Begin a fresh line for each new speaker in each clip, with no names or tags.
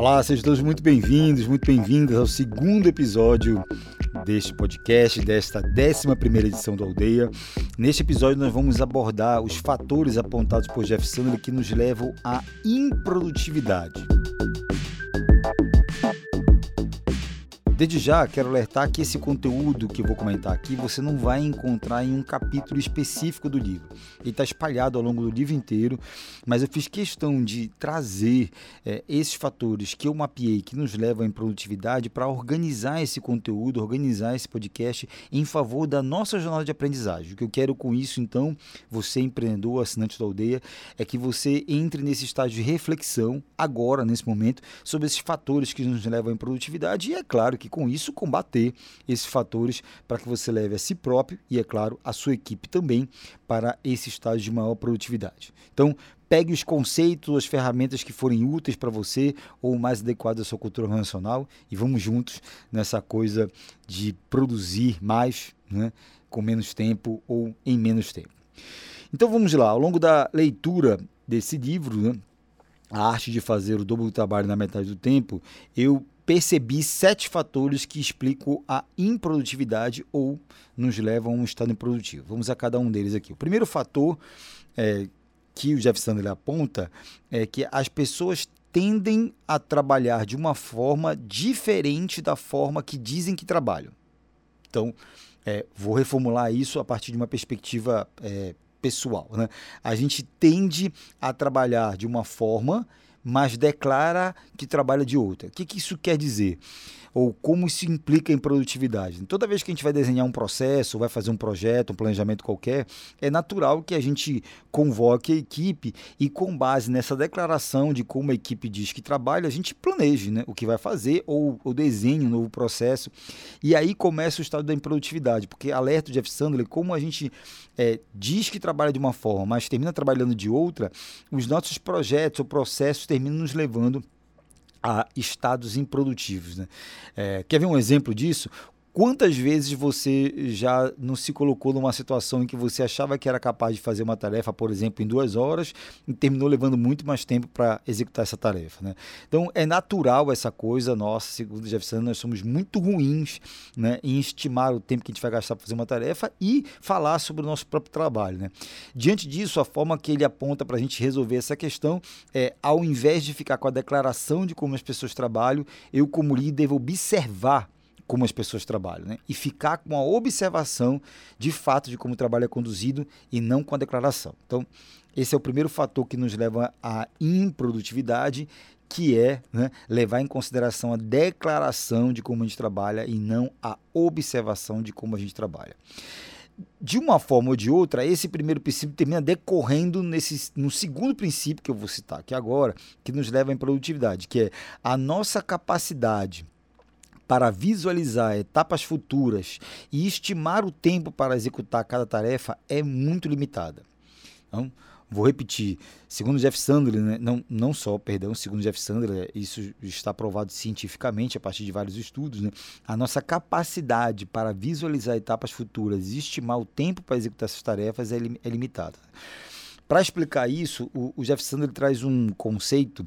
Olá, sejam todos muito bem-vindos, muito bem-vindas ao segundo episódio deste podcast, desta 11ª edição do Aldeia. Neste episódio nós vamos abordar os fatores apontados por Jeff Sandler que nos levam à improdutividade. Desde já, quero alertar que esse conteúdo que eu vou comentar aqui, você não vai encontrar em um capítulo específico do livro. Ele está espalhado ao longo do livro inteiro, mas eu fiz questão de trazer esses fatores que eu mapeei, que nos levam à improdutividade, para organizar esse conteúdo, organizar esse podcast em favor da nossa jornada de aprendizagem. O que eu quero com isso, então, você empreendedor, assinante da Aldeia, é que você entre nesse estágio de reflexão, agora, nesse momento, sobre esses fatores que nos levam à improdutividade e, é claro, que com isso combater esses fatores para que você leve a si próprio e, é claro, a sua equipe também para esse estágio de maior produtividade. Então, pegue os conceitos, as ferramentas que forem úteis para você ou mais adequadas à sua cultura organizacional e vamos juntos nessa coisa de produzir mais, né, com menos tempo ou em menos tempo. Então vamos lá, ao longo da leitura desse livro, né, A Arte de Fazer o Dobro do Trabalho na Metade do Tempo, eu percebi 7 fatores que explicam a improdutividade ou nos levam a um estado improdutivo. Vamos a cada um deles aqui. O primeiro fator que o Jeff Sandler aponta é que as pessoas tendem a trabalhar de uma forma diferente da forma que dizem que trabalham. Então, vou reformular isso a partir de uma perspectiva pessoal, né? A gente tende a trabalhar de uma forma, mas declara que trabalha de outra. O que isso quer dizer? Ou como isso implica em produtividade? Toda vez que a gente vai desenhar um processo, vai fazer um projeto, um planejamento qualquer, é natural que a gente convoque a equipe e, com base nessa declaração de como a equipe diz que trabalha, a gente planeje, né, o que vai fazer ou desenhe um novo processo. E aí começa o estado da improdutividade, porque alerta o Jeff Sandler, como a gente diz que trabalha de uma forma, mas termina trabalhando de outra, os nossos projetos ou processos terminam nos levando a estados improdutivos, né? Quer ver um exemplo disso? Quantas vezes você já não se colocou numa situação em que você achava que era capaz de fazer uma tarefa, por exemplo, em 2 horas e terminou levando muito mais tempo para executar essa tarefa, né? Então, é natural essa coisa nossa, segundo o Jeff Sandler, nós somos muito ruins, né, em estimar o tempo que a gente vai gastar para fazer uma tarefa e falar sobre o nosso próprio trabalho, né? Diante disso, a forma que ele aponta para a gente resolver essa questão é, ao invés de ficar com a declaração de como as pessoas trabalham, eu, como líder, devo observar como as pessoas trabalham, né? E ficar com a observação de fato de como o trabalho é conduzido e não com a declaração. Então, esse é o primeiro fator que nos leva à improdutividade, que é, né, levar em consideração a declaração de como a gente trabalha e não a observação de como a gente trabalha. De uma forma ou de outra, esse primeiro princípio termina decorrendo no segundo princípio que eu vou citar aqui agora, que nos leva à improdutividade, que é a nossa capacidade para visualizar etapas futuras e estimar o tempo para executar cada tarefa é muito limitada. Então, vou repetir, segundo Jeff Sandler, né, segundo Jeff Sandler, isso está provado cientificamente a partir de vários estudos, né, a nossa capacidade para visualizar etapas futuras e estimar o tempo para executar essas tarefas é limitada. Para explicar isso, o Jeff Sandler traz um conceito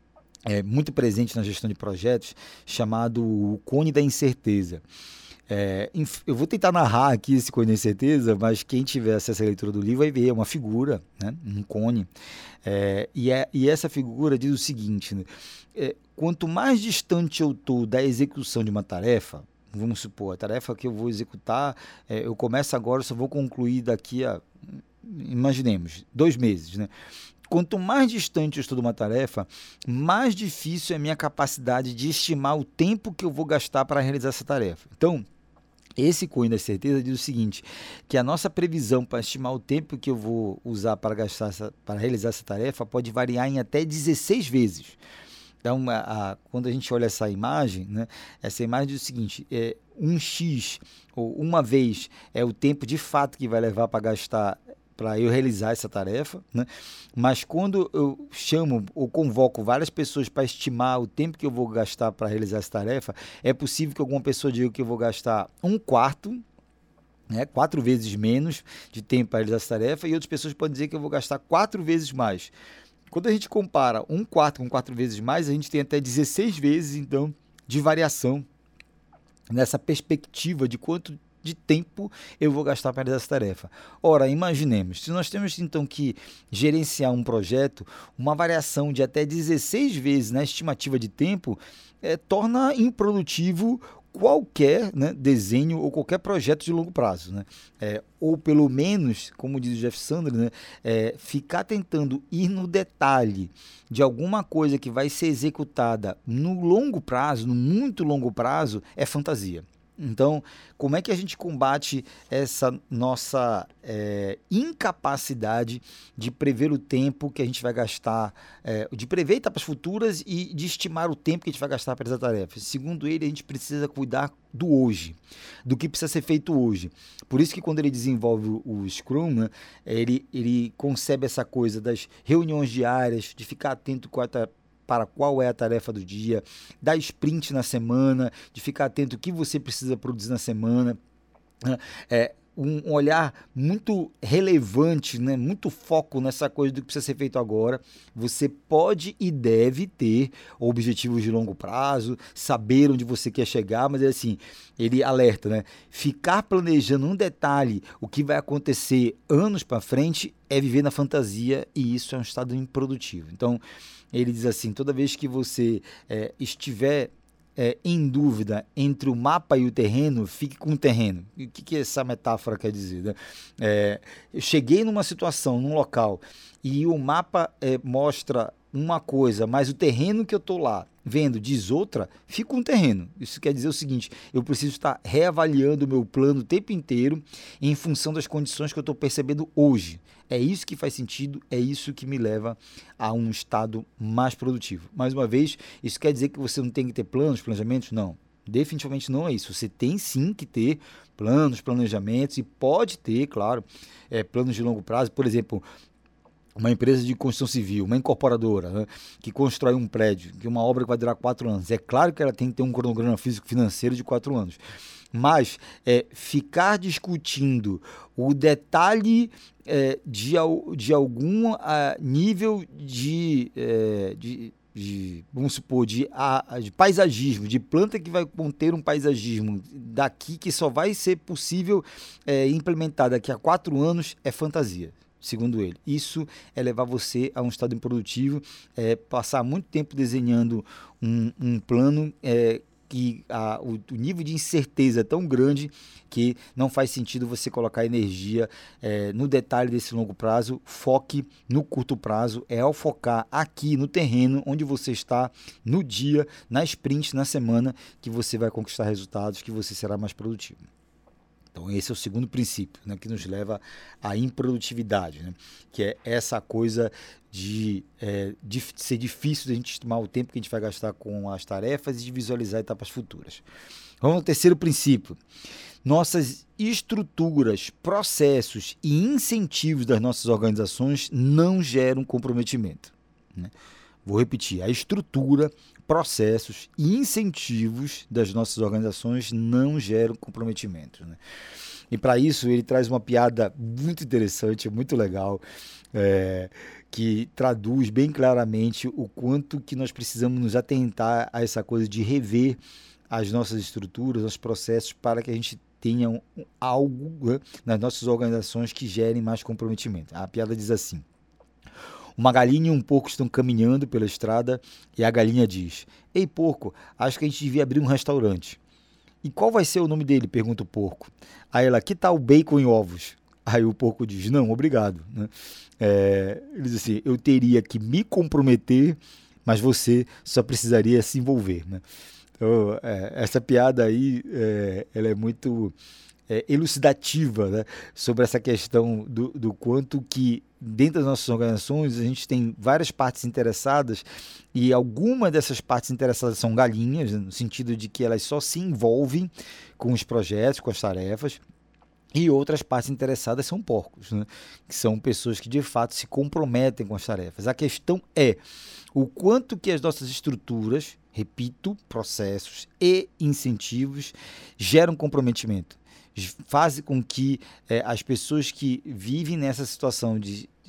muito presente na gestão de projetos, chamado o cone da incerteza. Eu vou tentar narrar aqui esse cone da incerteza, mas quem tiver acesso à leitura do livro vai ver, é uma figura, né, um cone, e essa figura diz o seguinte, né, quanto mais distante eu estou da execução de uma tarefa, vamos supor, a tarefa que eu vou executar, eu começo agora, só vou concluir daqui a, imaginemos, 2 meses, né? Quanto mais distante eu estou de uma tarefa, mais difícil é a minha capacidade de estimar o tempo que eu vou gastar para realizar essa tarefa. Então, esse cone da certeza diz o seguinte, que a nossa previsão para estimar o tempo que eu vou usar para realizar essa tarefa pode variar em até 16 vezes. Então, quando a gente olha essa imagem, né, essa imagem diz o seguinte, 1x, ou uma vez, é o tempo de fato que vai levar para gastar para eu realizar essa tarefa, né? Mas quando eu chamo ou convoco várias pessoas para estimar o tempo que eu vou gastar para realizar essa tarefa, é possível que alguma pessoa diga que eu vou gastar 1/4, né, 4 vezes menos de tempo para realizar essa tarefa, e outras pessoas podem dizer que eu vou gastar 4 vezes mais. Quando a gente compara 1/4 com 4 vezes mais, a gente tem até 16 vezes, então, de variação nessa perspectiva de quanto de tempo eu vou gastar para realizar essa tarefa. Ora, imaginemos, se nós temos então que gerenciar um projeto, uma variação de até 16 vezes na estimativa de tempo torna improdutivo qualquer, né, desenho ou qualquer projeto de longo prazo, né? Ou pelo menos, como diz o Jeff Sanders, né, ficar tentando ir no detalhe de alguma coisa que vai ser executada no longo prazo, no muito longo prazo, é fantasia. Então, como é que a gente combate essa nossa incapacidade de prever o tempo que a gente vai gastar, de prever etapas futuras e de estimar o tempo que a gente vai gastar para essa tarefa? Segundo ele, a gente precisa cuidar do hoje, do que precisa ser feito hoje. Por isso que quando ele desenvolve o Scrum, né, ele concebe essa coisa das reuniões diárias, de ficar atento para qual é a tarefa do dia, da sprint na semana, de ficar atento ao que você precisa produzir na semana. Um olhar muito relevante, né? Muito foco nessa coisa do que precisa ser feito agora. Você pode e deve ter objetivos de longo prazo, saber onde você quer chegar, mas assim, ele alerta, né? Ficar planejando um detalhe o que vai acontecer anos para frente é viver na fantasia, e isso é um estado improdutivo. Então, ele diz assim, toda vez que você estiver em dúvida entre o mapa e o terreno, fique com o terreno. E o que essa metáfora quer dizer? Né? Eu cheguei numa situação, num local, e o mapa mostra uma coisa, mas o terreno que eu estou lá vendo diz outra, fica um terreno. Isso quer dizer o seguinte, eu preciso estar reavaliando o meu plano o tempo inteiro em função das condições que eu estou percebendo hoje. É isso que faz sentido, é isso que me leva a um estado mais produtivo. Mais uma vez, isso quer dizer que você não tem que ter planos, planejamentos? Não, definitivamente não é isso. Você tem sim que ter planos, planejamentos, e pode ter, claro, planos de longo prazo. Por exemplo, uma empresa de construção civil, uma incorporadora, né, que constrói um prédio, que é uma obra que vai durar 4 anos. É claro que ela tem que ter um cronograma físico-financeiro de 4 anos. Mas ficar discutindo o detalhe de algum nível vamos supor, de paisagismo, de planta que vai conter um paisagismo daqui que só vai ser possível implementar daqui a 4 anos, é fantasia. Segundo ele, isso é levar você a um estado improdutivo, passar muito tempo desenhando um plano que o nível de incerteza é tão grande que não faz sentido você colocar energia no detalhe desse longo prazo. Foque no curto prazo, ao focar aqui no terreno onde você está, no dia, na sprint, na semana, que você vai conquistar resultados, que você será mais produtivo. Então, esse é o segundo princípio, né, que nos leva à improdutividade, né, que é essa coisa de ser difícil de a gente estimar o tempo que a gente vai gastar com as tarefas e de visualizar etapas futuras. Vamos ao terceiro princípio. Nossas estruturas, processos e incentivos das nossas organizações não geram comprometimento, né? Vou repetir, a estrutura, processos e incentivos das nossas organizações não geram comprometimento, né? E para isso ele traz uma piada muito interessante, muito legal, que traduz bem claramente o quanto que nós precisamos nos atentar a essa coisa de rever as nossas estruturas, os processos, para que a gente tenha algo, né, nas nossas organizações que gerem mais comprometimento. A piada diz assim: uma galinha e um porco estão caminhando pela estrada e a galinha diz: ei, porco, acho que a gente devia abrir um restaurante. E qual vai ser o nome dele? Pergunta o porco. Aí ela: que tal bacon e ovos? Aí o porco diz: não, obrigado, né? Ele diz assim: eu teria que me comprometer, mas você só precisaria se envolver, né? Então, essa piada aí, ela é muito elucidativa, né, sobre essa questão do quanto que dentro das nossas organizações a gente tem várias partes interessadas, e algumas dessas partes interessadas são galinhas, né, no sentido de que elas só se envolvem com os projetos, com as tarefas, e outras partes interessadas são porcos, né, que são pessoas que de fato se comprometem com as tarefas. A questão é o quanto que as nossas estruturas, repito, processos e incentivos geram comprometimento, fazem com que as pessoas que vivem nessa situação de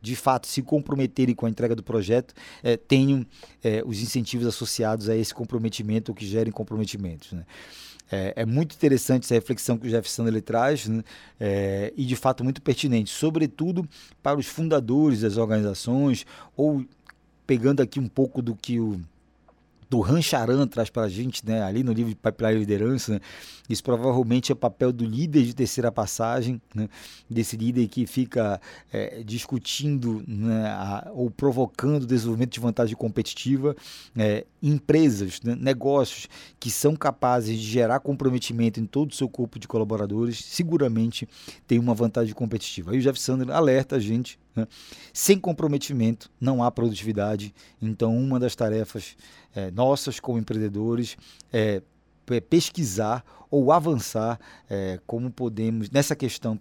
de fato se comprometerem com a entrega do projeto, tenham os incentivos associados a esse comprometimento ou que gerem comprometimentos, né? É muito interessante essa reflexão que o Jeff Sandler traz, né? E de fato muito pertinente, sobretudo para os fundadores das organizações, ou pegando aqui um pouco do que do Rancharan traz para a gente, né, ali no livro de Pipeline Liderança, né, isso provavelmente é o papel do líder de terceira passagem, né, desse líder que fica discutindo, né, ou provocando o desenvolvimento de vantagem competitiva, empresas, né, negócios que são capazes de gerar comprometimento em todo o seu corpo de colaboradores, seguramente tem uma vantagem competitiva. Aí o Jeff Sandler alerta a gente, né, sem comprometimento não há produtividade, então uma das tarefas nossas como empreendedores é pesquisar ou avançar como podemos, nessa questão,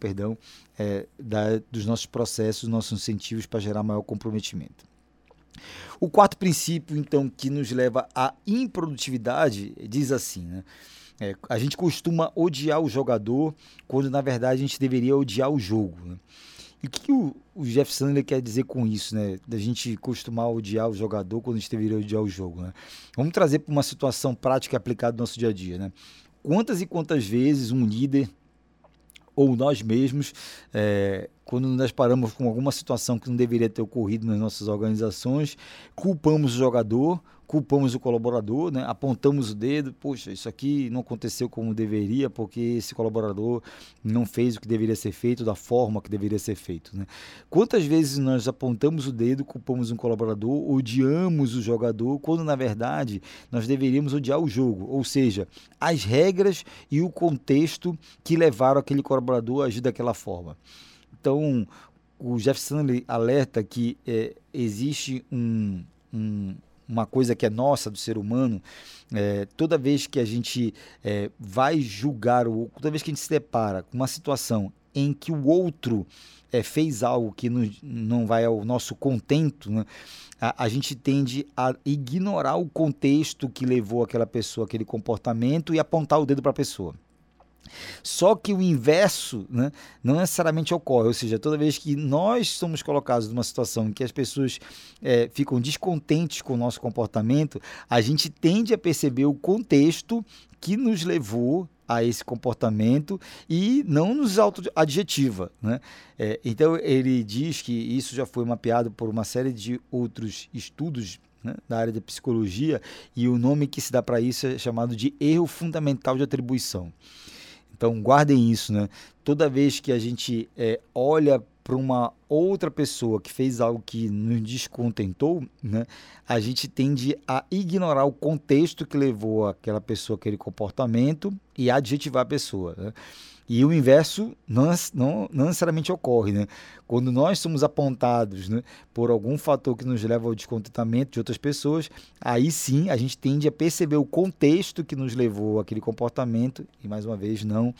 dos nossos processos, nossos incentivos para gerar maior comprometimento. O quarto princípio, então, que nos leva à improdutividade, diz assim, né? A gente costuma odiar o jogador quando, na verdade, a gente deveria odiar o jogo, né? E o que o Jeff Sandler quer dizer com isso, né? Da gente costumar odiar o jogador quando a gente deveria odiar o jogo, né? Vamos trazer para uma situação prática aplicada no nosso dia a dia, né? Quantas e quantas vezes um líder ou nós mesmos, quando nós paramos com alguma situação que não deveria ter ocorrido nas nossas organizações, culpamos o jogador, culpamos o colaborador, né? Apontamos o dedo, poxa, isso aqui não aconteceu como deveria, porque esse colaborador não fez o que deveria ser feito, da forma que deveria ser feito, né? Quantas vezes nós apontamos o dedo, culpamos um colaborador, odiamos o jogador, quando na verdade nós deveríamos odiar o jogo, ou seja, as regras e o contexto que levaram aquele colaborador a agir daquela forma. Então, o Jeff Sandler alerta que existe uma coisa que é nossa, do ser humano, toda vez que a gente vai julgar, ou toda vez que a gente se depara com uma situação em que o outro fez algo que não vai ao nosso contento, né, a gente tende a ignorar o contexto que levou aquela pessoa àquele comportamento e apontar o dedo para a pessoa. Só que o inverso, né, não necessariamente ocorre, ou seja, toda vez que nós somos colocados numa situação em que as pessoas ficam descontentes com o nosso comportamento, a gente tende a perceber o contexto que nos levou a esse comportamento e não nos auto-adjetiva, né? Então ele diz que isso já foi mapeado por uma série de outros estudos, né, da área da psicologia, e o nome que se dá para isso é chamado de erro fundamental de atribuição. Então guardem isso, né? Toda vez que a gente olha para uma outra pessoa que fez algo que nos descontentou, né, a gente tende a ignorar o contexto que levou aquela pessoa àquele comportamento e adjetivar a pessoa, né? E o inverso não necessariamente ocorre, né? Quando nós somos apontados, né, por algum fator que nos leva ao descontentamento de outras pessoas, aí sim a gente tende a perceber o contexto que nos levou àquele comportamento e, mais uma vez, não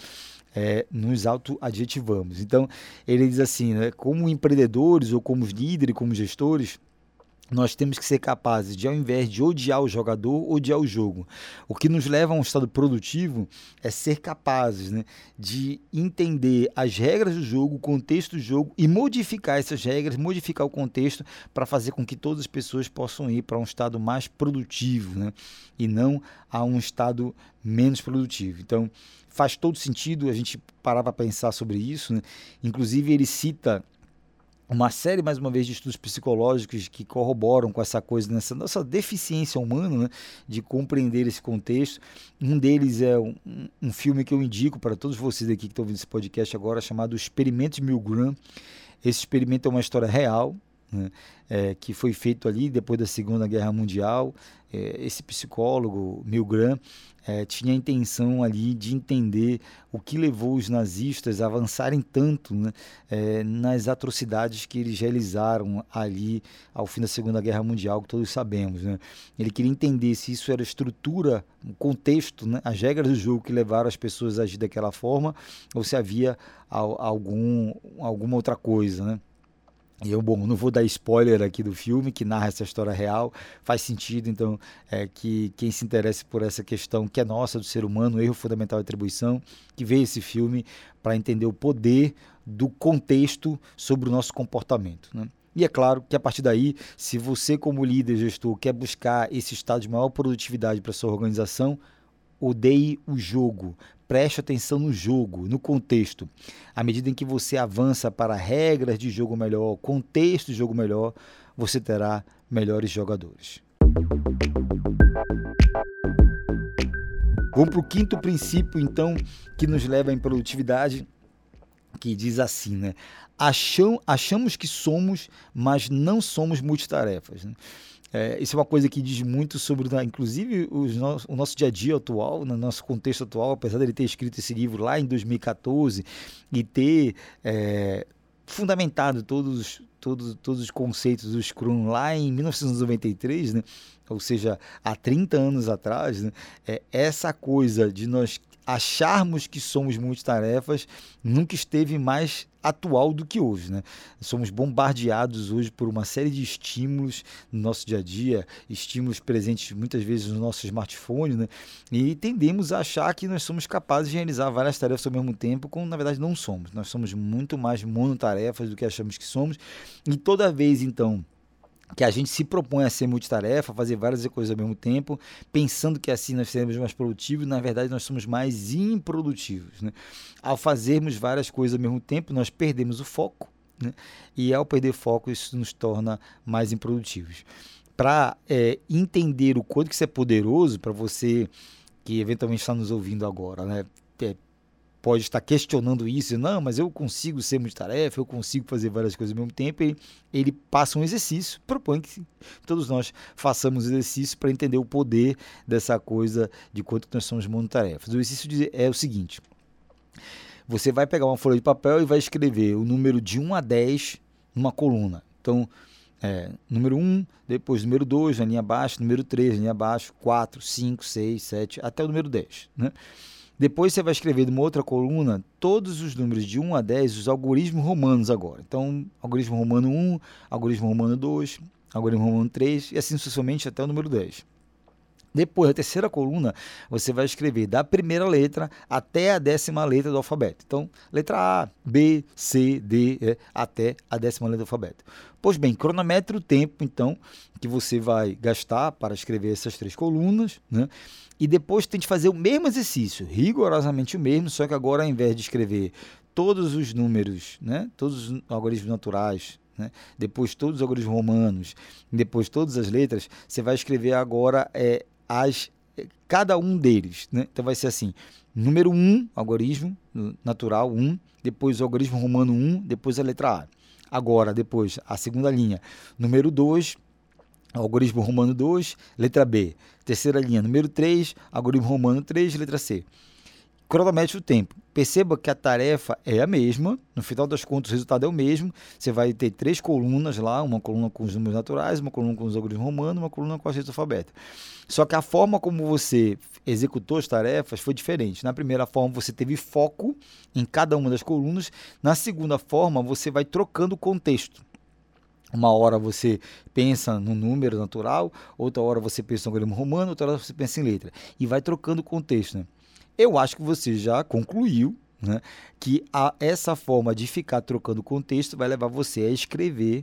nos auto-adjetivamos. Então, ele diz assim, né, como empreendedores ou como líderes, como gestores, nós temos que ser capazes de, ao invés de odiar o jogador, odiar o jogo. O que nos leva a um estado produtivo é ser capazes, né, de entender as regras do jogo, o contexto do jogo e modificar essas regras, modificar o contexto para fazer com que todas as pessoas possam ir para um estado mais produtivo, né, e não a um estado menos produtivo. Então, faz todo sentido a gente parar para pensar sobre isso, né? Inclusive, ele cita uma série, mais uma vez, de estudos psicológicos que corroboram com essa coisa, nessa nossa deficiência humana, né, de compreender esse contexto. Um deles é um filme que eu indico para todos vocês aqui que estão ouvindo esse podcast agora, chamado Experimento de Milgram. Esse experimento é uma história real, né, que foi feito ali depois da Segunda Guerra Mundial. Esse psicólogo, Milgram, tinha a intenção ali de entender o que levou os nazistas a avançarem tanto, né, nas atrocidades que eles realizaram ali ao fim da Segunda Guerra Mundial, que todos sabemos, né? Ele queria entender se isso era estrutura, o contexto, né, as regras do jogo que levaram as pessoas a agir daquela forma, ou se havia alguma outra coisa, né? E eu, não vou dar spoiler aqui do filme, que narra essa história real, faz sentido, então, que quem se interesse por essa questão que é nossa, do ser humano, erro fundamental de atribuição, que veja esse filme para entender o poder do contexto sobre o nosso comportamento, né? E é claro que a partir daí, se você como líder, gestor, quer buscar esse estado de maior produtividade para sua organização, odeie o jogo, preste atenção no jogo, no contexto. À medida em que você avança para regras de jogo melhor, contexto de jogo melhor, você terá melhores jogadores. Vamos para o quinto princípio, então, que nos leva à improdutividade, que diz assim, né? Achamos que somos, mas não somos multitarefas, né? Isso é uma coisa que diz muito sobre, inclusive, o nosso dia a dia atual, no nosso contexto atual, apesar dele ter escrito esse livro lá em 2014 e ter fundamentado todos os conceitos do Scrum lá em 1993, né? Ou seja, há 30 anos atrás, né? Essa coisa de nós acharmos que somos multitarefas nunca esteve mais atual do que hoje, né? Somos bombardeados hoje por uma série de estímulos no nosso dia a dia, estímulos presentes muitas vezes no nosso smartphone, né? E tendemos a achar que nós somos capazes de realizar várias tarefas ao mesmo tempo, quando na verdade não somos. Nós somos muito mais monotarefas do que achamos que somos, e toda vez então que a gente se propõe a ser multitarefa, fazer várias coisas ao mesmo tempo, pensando que assim nós seremos mais produtivos, na verdade nós somos mais improdutivos, né? Ao fazermos várias coisas ao mesmo tempo, nós perdemos o foco, né? E ao perder foco, isso nos torna mais improdutivos. Para entender o quanto que isso é poderoso, para você que eventualmente está nos ouvindo agora, né? Pode estar questionando isso, não, mas eu consigo ser multitarefa, eu consigo fazer várias coisas ao mesmo tempo. Ele passa um exercício, propõe que todos nós façamos exercício para entender o poder dessa coisa de quanto nós somos monotarefas. O exercício é o seguinte: você vai pegar uma folha de papel e vai escrever o número de 1 a 10 numa coluna. Então, número 1, depois número 2 na linha abaixo, número 3 na linha abaixo, 4, 5, 6, 7, até o número 10, né? Depois você vai escrever numa outra coluna todos os números de 1 a 10, os algoritmos romanos agora. Então, algoritmo romano 1, algoritmo romano 2, algoritmo romano 3 e assim sucessivamente até o número 10. Depois, na terceira coluna, você vai escrever da primeira letra até a 10ª letra do alfabeto. Então, letra A, B, C, D, até a 10ª letra do alfabeto. Pois bem, cronometre o tempo, então, que você vai gastar para escrever essas 3 colunas, né? E depois tente fazer o mesmo exercício, rigorosamente o mesmo, só que agora ao invés de escrever todos os números, né? Todos os algoritmos naturais, né? Depois todos os algoritmos romanos, depois todas as letras, você vai escrever agora cada um deles, né? Então vai ser assim: número 1, algoritmo natural 1, depois o algoritmo romano 1, depois a letra A. Agora, depois, a segunda linha, número 2, algoritmo romano 2, letra B. Terceira linha, número 3, algoritmo romano 3, letra C. Cronometre o tempo. Perceba que a tarefa é a mesma, no final das contas o resultado é o mesmo. Você vai ter 3 colunas lá, uma coluna com os números naturais, uma coluna com os algoritmos romanos, uma coluna com as letras do alfabeto. Só que a forma como você executou as tarefas foi diferente. Na primeira forma você teve foco em cada uma das colunas, na segunda forma você vai trocando o contexto. Uma hora você pensa no número natural, outra hora você pensa no algoritmo romano, outra hora você pensa em letra. E vai trocando o contexto, né? Eu acho que você já concluiu, né, que essa forma de ficar trocando contexto vai levar você a escrever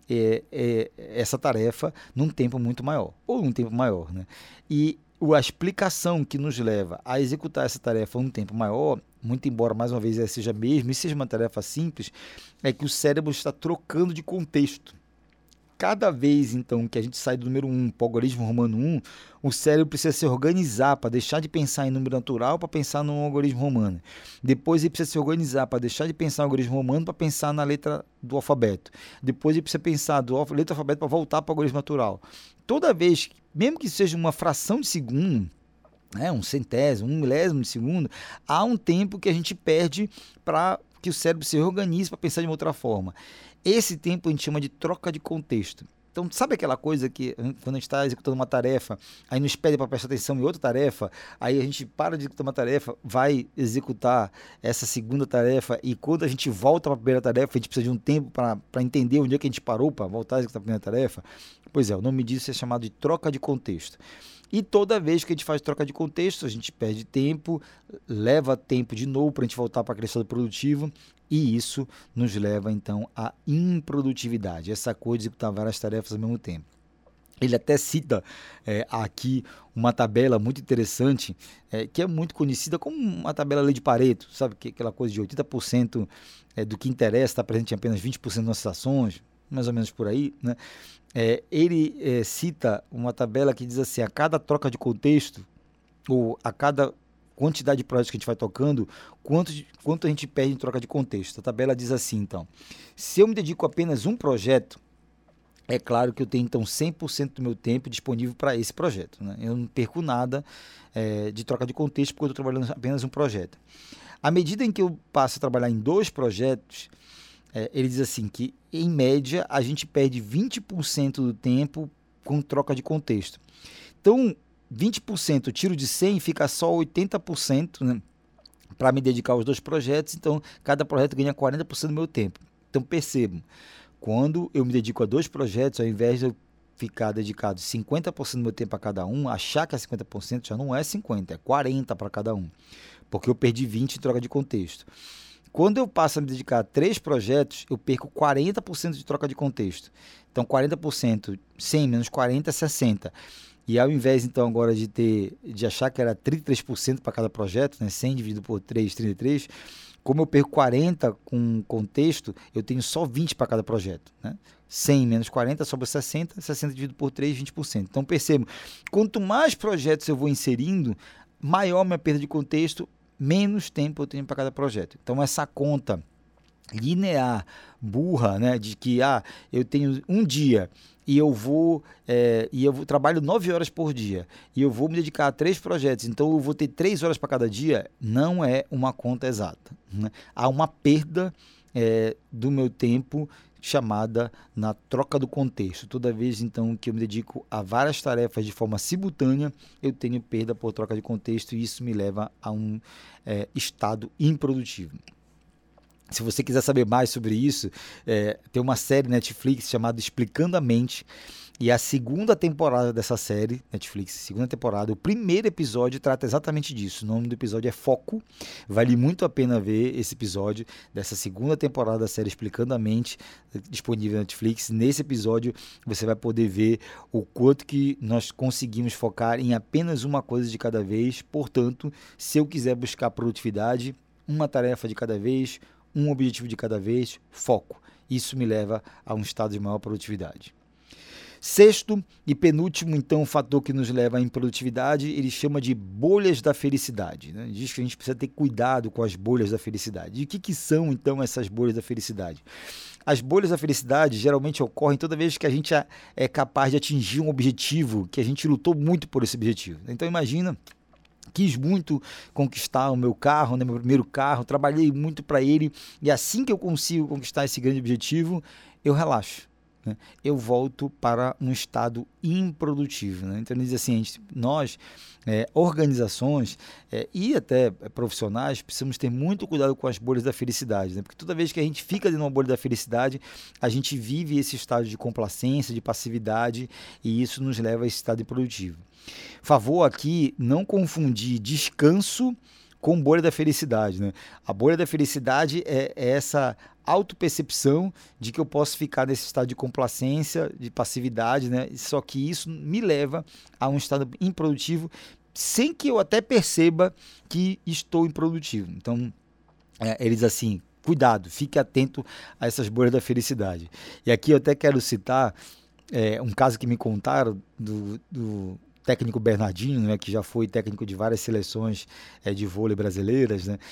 essa tarefa num tempo muito maior, ou num tempo maior, né? E a explicação que nos leva a executar essa tarefa num tempo maior, muito embora mais uma vez ela seja mesmo e seja uma tarefa simples, é que o cérebro está trocando de contexto. Cada vez, então, que a gente sai do número 1 para o algoritmo romano 1, o cérebro precisa se organizar para deixar de pensar em número natural para pensar no algoritmo romano. Depois ele precisa se organizar para deixar de pensar no algoritmo romano para pensar na letra do alfabeto. Depois ele precisa pensar do letra do alfabeto para voltar para o algoritmo natural. Toda vez, mesmo que seja uma fração de segundo, um centésimo, um milésimo de segundo, há um tempo que a gente perde para que o cérebro se organize para pensar de uma outra forma. Esse tempo a gente chama de troca de contexto. Então, sabe aquela coisa que quando a gente está executando uma tarefa, aí nos pede para prestar atenção em outra tarefa, aí a gente para de executar uma tarefa, vai executar essa segunda tarefa, e quando a gente volta para a primeira tarefa, a gente precisa de um tempo para entender onde é que a gente parou para voltar a executar a primeira tarefa? Pois é, o nome disso é chamado de troca de contexto. E toda vez que a gente faz troca de contexto, a gente perde tempo, leva tempo de novo para a gente voltar para aquele estado produtivo. E isso nos leva, então, à improdutividade, essa coisa de executar várias tarefas ao mesmo tempo. Ele até cita aqui uma tabela muito interessante, que é muito conhecida como uma tabela lei de Pareto, sabe? Que aquela coisa de 80% do que interessa está presente em apenas 20% das nossas ações, mais ou menos por aí, né? Ele cita uma tabela que diz assim, a cada troca de contexto, ou a cada quantidade de projetos que a gente vai tocando, quanto a gente perde em troca de contexto. A tabela diz assim, então, se eu me dedico a apenas um projeto, é claro que eu tenho, então, 100% do meu tempo disponível para esse projeto, né? Eu não perco nada de troca de contexto porque eu estou trabalhando apenas um projeto. À medida em que eu passo a trabalhar em 2 projetos, ele diz assim que, em média, a gente perde 20% do tempo com troca de contexto. Então, 20% eu tiro de 100, fica só 80%, né, para me dedicar aos 2 projetos, então cada projeto ganha 40% do meu tempo. Então, percebam, quando eu me dedico a 2 projetos, ao invés de eu ficar dedicado 50% do meu tempo a cada um, achar que é 50% já não é 50%, é 40% para cada um, porque eu perdi 20% em troca de contexto. Quando eu passo a me dedicar a 3 projetos, eu perco 40% de troca de contexto. Então, 40%, 100 menos 40 é 60%. E ao invés, então, agora de achar que era 33% para cada projeto, né, 100 dividido por 3, 33, como eu perco 40 com contexto, eu tenho só 20 para cada projeto, né? 100 menos 40 sobra 60, 60 dividido por 3, 20%. Então, percebam, quanto mais projetos eu vou inserindo, maior minha perda de contexto, menos tempo eu tenho para cada projeto. Então, essa conta linear, burra, né, de que eu tenho um dia e eu trabalho 9 horas por dia e eu vou me dedicar a 3 projetos, então eu vou ter 3 horas para cada dia, não é uma conta exata, né? Há uma perda do meu tempo chamada na troca do contexto. Toda vez, então, que eu me dedico a várias tarefas de forma simultânea, eu tenho perda por troca de contexto e isso me leva a um estado improdutivo. Se você quiser saber mais sobre isso, tem uma série Netflix chamada Explicando a Mente, e a 2ª temporada dessa série, Netflix, 2ª temporada, o primeiro episódio trata exatamente disso. O nome do episódio é Foco. Vale muito a pena ver esse episódio dessa 2ª temporada da série Explicando a Mente, disponível na Netflix. Nesse episódio você vai poder ver o quanto que nós conseguimos focar em apenas uma coisa de cada vez. Portanto, se eu quiser buscar produtividade, uma tarefa de cada vez, um objetivo de cada vez, foco. Isso me leva a um estado de maior produtividade. 6º e penúltimo, então, fator que nos leva à improdutividade, ele chama de bolhas da felicidade, né? Diz que a gente precisa ter cuidado com as bolhas da felicidade. E o que são, então, essas bolhas da felicidade? As bolhas da felicidade geralmente ocorrem toda vez que a gente é capaz de atingir um objetivo, que a gente lutou muito por esse objetivo. Então, imagina, quis muito conquistar o meu carro, né, meu primeiro carro, trabalhei muito para ele, e assim que eu consigo conquistar esse grande objetivo, eu relaxo, né? Eu volto para um estado improdutivo, né? Então, ele diz assim, nós, organizações e até profissionais, precisamos ter muito cuidado com as bolhas da felicidade, né? Porque toda vez que a gente fica dentro de uma bolha da felicidade, a gente vive esse estado de complacência, de passividade, e isso nos leva a esse estado improdutivo. Favor aqui não confundir descanso com bolha da felicidade, né? A bolha da felicidade é essa autopercepção de que eu posso ficar nesse estado de complacência, de passividade, né? Só que isso me leva a um estado improdutivo sem que eu até perceba que estou improdutivo. Então, ele diz assim, cuidado, fique atento a essas bolhas da felicidade. E aqui eu até quero citar um caso que me contaram do técnico Bernardinho, né, que já foi técnico de várias seleções de vôlei brasileiras, né?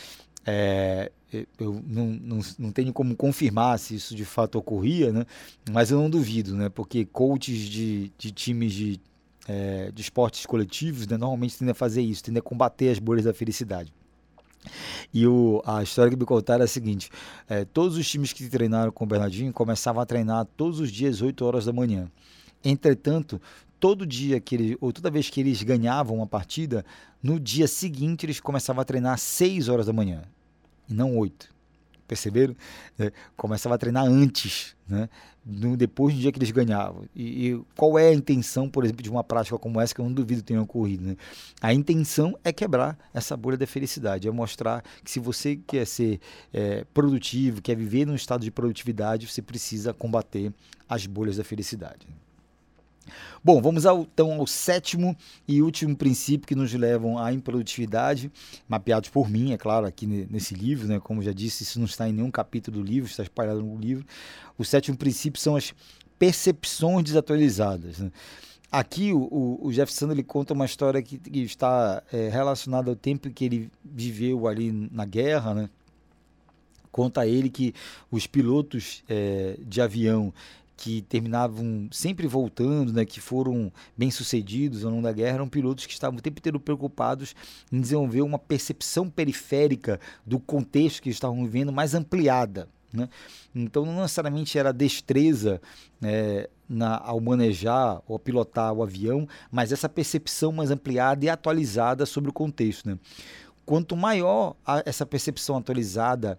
Eu não tenho como confirmar se isso de fato ocorria, né? Mas eu não duvido, né? Porque coaches de times de esportes coletivos, né, normalmente tendem a fazer isso, tendem a combater as bolhas da felicidade. E a história que me contaram é a seguinte, todos os times que treinaram com o Bernardinho começavam a treinar todos os dias 8 horas da manhã. Entretanto, todo dia ou toda vez que eles ganhavam uma partida, no dia seguinte eles começavam a treinar às 6 horas da manhã, e não 8. perceberam? Começava a treinar antes, né? Depois do dia que eles ganhavam. E qual é a intenção, por exemplo, de uma prática como essa, que eu não duvido tenha ocorrido, né? A intenção é quebrar essa bolha da felicidade, é mostrar que se você quer ser produtivo, quer viver num estado de produtividade, você precisa combater as bolhas da felicidade. Bom, vamos então ao sétimo e último princípio que nos levam à improdutividade, mapeados por mim, é claro, aqui nesse livro, né? Como já disse, isso não está em nenhum capítulo do livro, está espalhado no livro. O sétimo princípio são as percepções desatualizadas, né? Aqui o Jeff Sanders ele conta uma história que está relacionada ao tempo que ele viveu ali na guerra, né? Conta ele que os pilotos de avião que terminavam sempre voltando, né, que foram bem-sucedidos ao longo da guerra, eram pilotos que estavam o tempo inteiro preocupados em desenvolver uma percepção periférica do contexto que eles estavam vivendo mais ampliada, né? Então, não necessariamente era destreza ao manejar ou pilotar o avião, mas essa percepção mais ampliada e atualizada sobre o contexto, né? Quanto maior essa percepção atualizada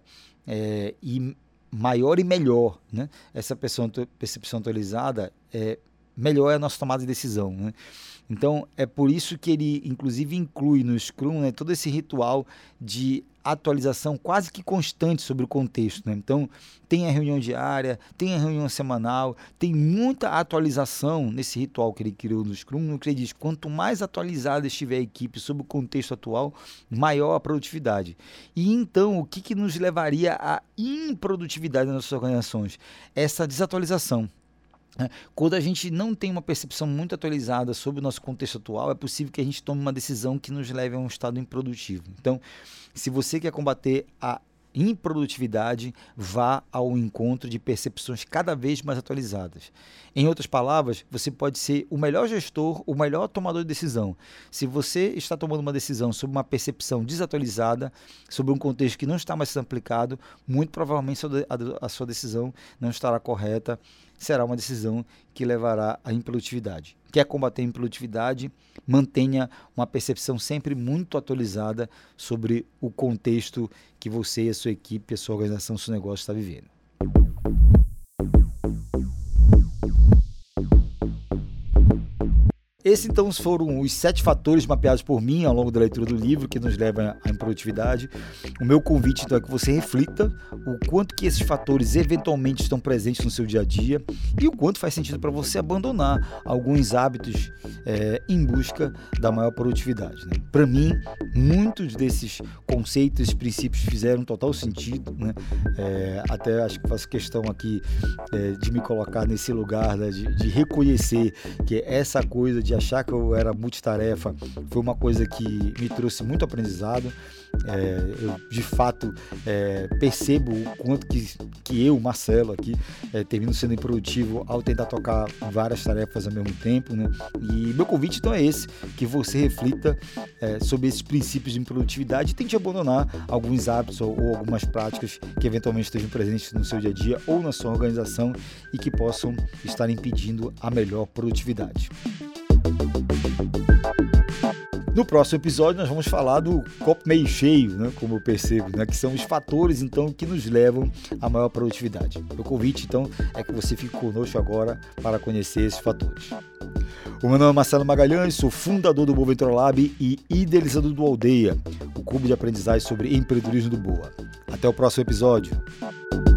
e maior e melhor, né? Essa percepção atualizada, melhor é a nossa tomada de decisão, né? Então, é por isso que ele, inclusive, inclui no Scrum, né, todo esse ritual de atualização quase que constante sobre o contexto, né? Então, tem a reunião diária, tem a reunião semanal, tem muita atualização nesse ritual que ele criou no Scrum, no que ele diz, quanto mais atualizada estiver a equipe sobre o contexto atual, maior a produtividade. E então, o que nos levaria à improdutividade nas nossas organizações? Essa desatualização. Quando a gente não tem uma percepção muito atualizada sobre o nosso contexto atual, é possível que a gente tome uma decisão que nos leve a um estado improdutivo. Então, se você quer combater a improdutividade, vá ao encontro de percepções cada vez mais atualizadas. Em outras palavras, você pode ser o melhor gestor, o melhor tomador de decisão. Se você está tomando uma decisão sobre uma percepção desatualizada, sobre um contexto que não está mais sendo aplicado, muito provavelmente a sua decisão não estará correta, será uma decisão que levará à improdutividade. Quer combater a improdutividade? Mantenha uma percepção sempre muito atualizada sobre o contexto que você, a sua equipe, a sua organização, o seu negócio está vivendo. Esses, então, foram os 7 fatores mapeados por mim ao longo da leitura do livro que nos levam à improdutividade. O meu convite, então, é que você reflita o quanto que esses fatores eventualmente estão presentes no seu dia a dia e o quanto faz sentido para você abandonar alguns hábitos em busca da maior produtividade, né? Para mim, muitos desses conceitos, esses princípios fizeram total sentido, né? Até acho que faço questão aqui de me colocar nesse lugar, né? de reconhecer que essa coisa de achar que eu era multitarefa foi uma coisa que me trouxe muito aprendizado. Eu de fato percebo o quanto que eu, Marcelo aqui, termino sendo improdutivo ao tentar tocar várias tarefas ao mesmo tempo, né? E meu convite então é esse, que você reflita sobre esses princípios de improdutividade e tente abandonar alguns hábitos ou algumas práticas que eventualmente estejam presentes no seu dia a dia ou na sua organização e que possam estar impedindo a melhor produtividade. No próximo episódio nós vamos falar do copo meio cheio, né, como eu percebo, né, que são os fatores então que nos levam à maior produtividade. Meu convite então é que você fique conosco agora para conhecer esses fatores. O meu nome é Marcelo Magalhães, sou fundador do Boa Ventura Lab e idealizador do Aldeia, o clube de aprendizagem sobre empreendedorismo do Boa. Até o próximo episódio.